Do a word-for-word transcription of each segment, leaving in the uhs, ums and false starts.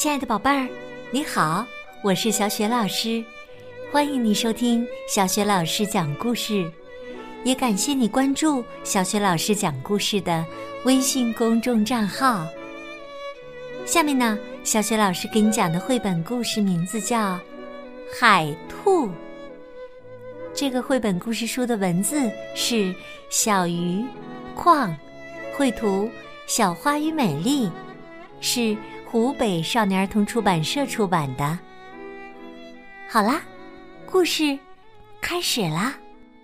亲爱的宝贝儿，你好，我是小雪老师，欢迎你收听小雪老师讲故事，也感谢你关注小雪老师讲故事的微信公众账号。下面呢，小雪老师给你讲的绘本故事名字叫《海兔》。这个绘本故事书的文字是小鱼矿，绘图小花与美丽，是湖北少年儿童出版社出版的。好啦，故事开始啦。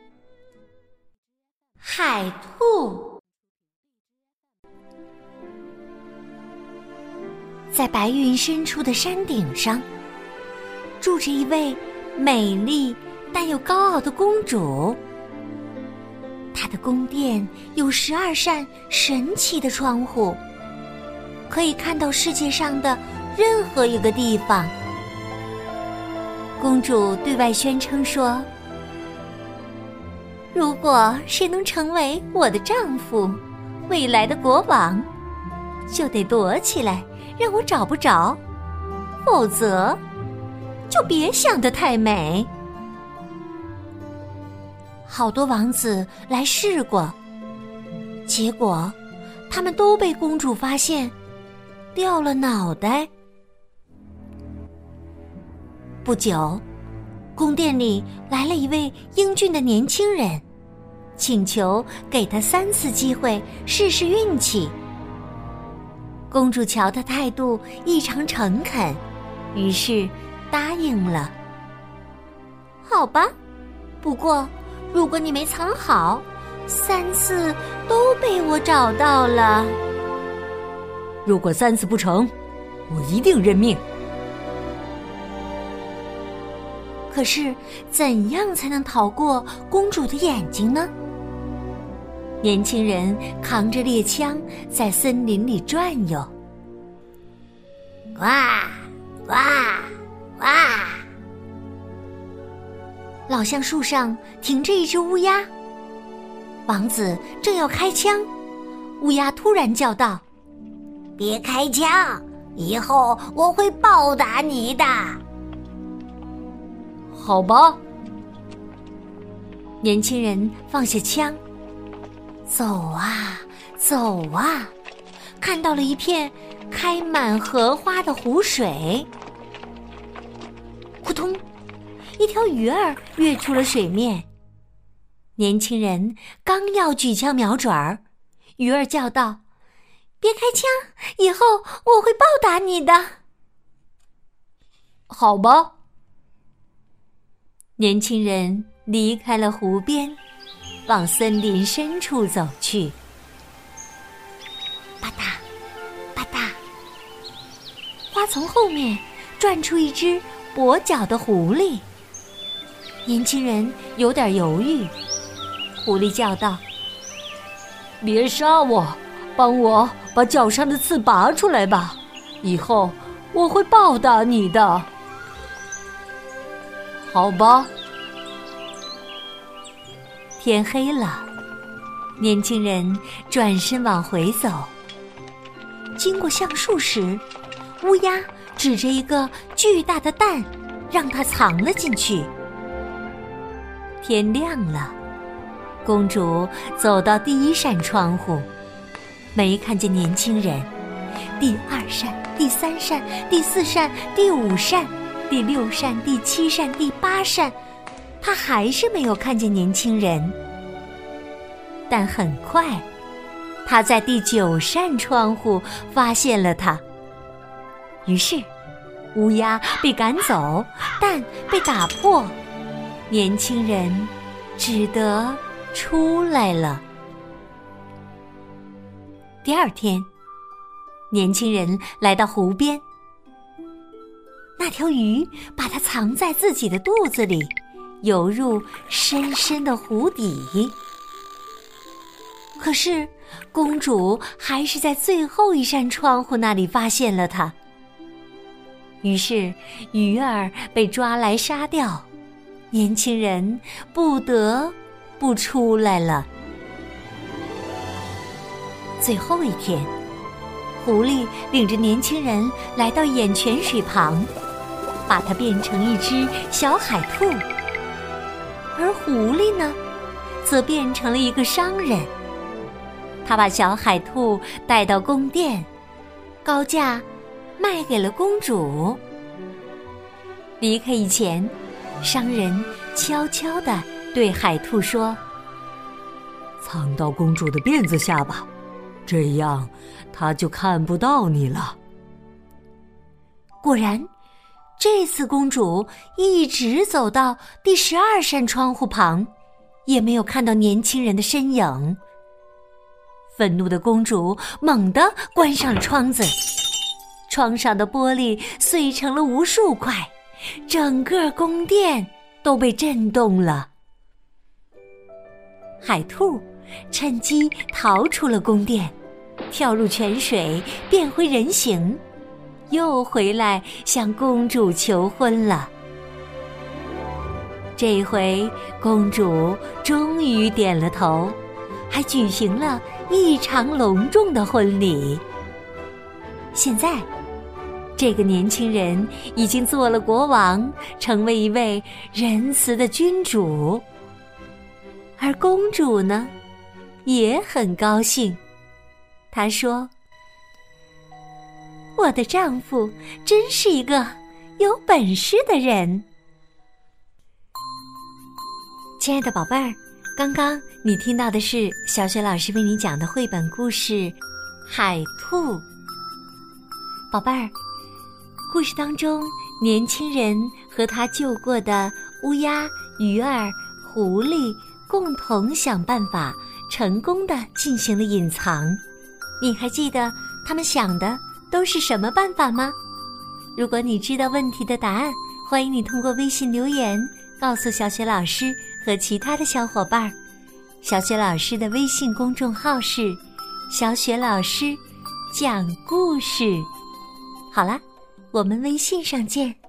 海兔。在白云深处的山顶上，住着一位美丽但又高傲的公主。她的宫殿有十二扇神奇的窗户，可以看到世界上的任何一个地方。公主对外宣称说，如果谁能成为我的丈夫，未来的国王，就得躲起来让我找不着，否则就别想得太美。好多王子来试过，结果他们都被公主发现掉了脑袋。不久，宫殿里来了一位英俊的年轻人，请求给他三次机会试试运气。公主瞧他态度异常诚恳，于是答应了。好吧，不过如果你没藏好，三次都被我找到了。 如果三次不成，我一定认命。 可是怎样才能逃过公主的眼睛呢？年轻人扛着猎枪在森林里转悠。呱呱呱！老橡树上停着一只乌鸦，王子正要开枪，乌鸦突然叫道：别开枪，以后我会报答你的。 好吧。 年轻人放下枪，走啊走啊，看到了一片开满荷花的湖水。扑通，一条鱼儿跃出了水面。年轻人刚要举枪瞄准儿，鱼儿叫道：别开枪，以后我会报答你的。 好吧。 年轻人离开了湖边，往森林深处走去。吧嗒吧嗒，花丛后面转出一只跛脚的狐狸。年轻人有点犹豫，狐狸叫道： 别杀我，帮我把脚上的刺拔出来吧，以后我会报答你的。好吧。 天黑了，年轻人转身往回走。经过橡树时，乌鸦指着一个巨大的蛋，让他藏了进去。天亮了，公主走到第一扇窗户，没看见年轻人。第二扇、第三扇、第四扇、第五扇、第六扇、第七扇、第八扇，她还是没有看见年轻人。但很快，她在第九扇窗户发现了他。于是，乌鸦被赶走，蛋被打破，年轻人只得出来了。第二天，年轻人来到湖边，那条鱼把它藏在自己的肚子里，游入深深的湖底。可是，公主还是在最后一扇窗户那里发现了它。于是，鱼儿被抓来杀掉，年轻人不得不出来了。最后一天， 狐狸领着年轻人来到眼泉水旁，把它变成一只小海兔。而狐狸呢，则变成了一个商人。他把小海兔带到宫殿，高价卖给了公主。离开以前，商人悄悄地对海兔说： 藏到公主的辫子下吧，这样她就看不到你了。 果然，这次公主一直走到第十二扇窗户旁，也没有看到年轻人的身影。愤怒的公主猛地关上了窗子，窗上的玻璃碎成了无数块，整个宫殿都被震动了。海兔趁机逃出了宫殿，跳入泉水，变回人形，又回来向公主求婚了。这回公主终于点了头，还举行了异常隆重的婚礼。现在，这个年轻人已经做了国王，成为一位仁慈的君主。而公主呢，也很高兴。她说：我的丈夫真是一个有本事的人。亲爱的宝贝儿，刚刚你听到的是小雪老师为你讲的绘本故事《海兔》。宝贝儿，故事当中，年轻人和他救过的乌鸦、鱼儿、狐狸共同想办法，成功地进行了隐藏。你还记得他们想的都是什么办法吗？如果你知道问题的答案，欢迎你通过微信留言告诉小雪老师和其他的小伙伴。小雪老师的微信公众号是小雪老师讲故事。好了，我们微信上见。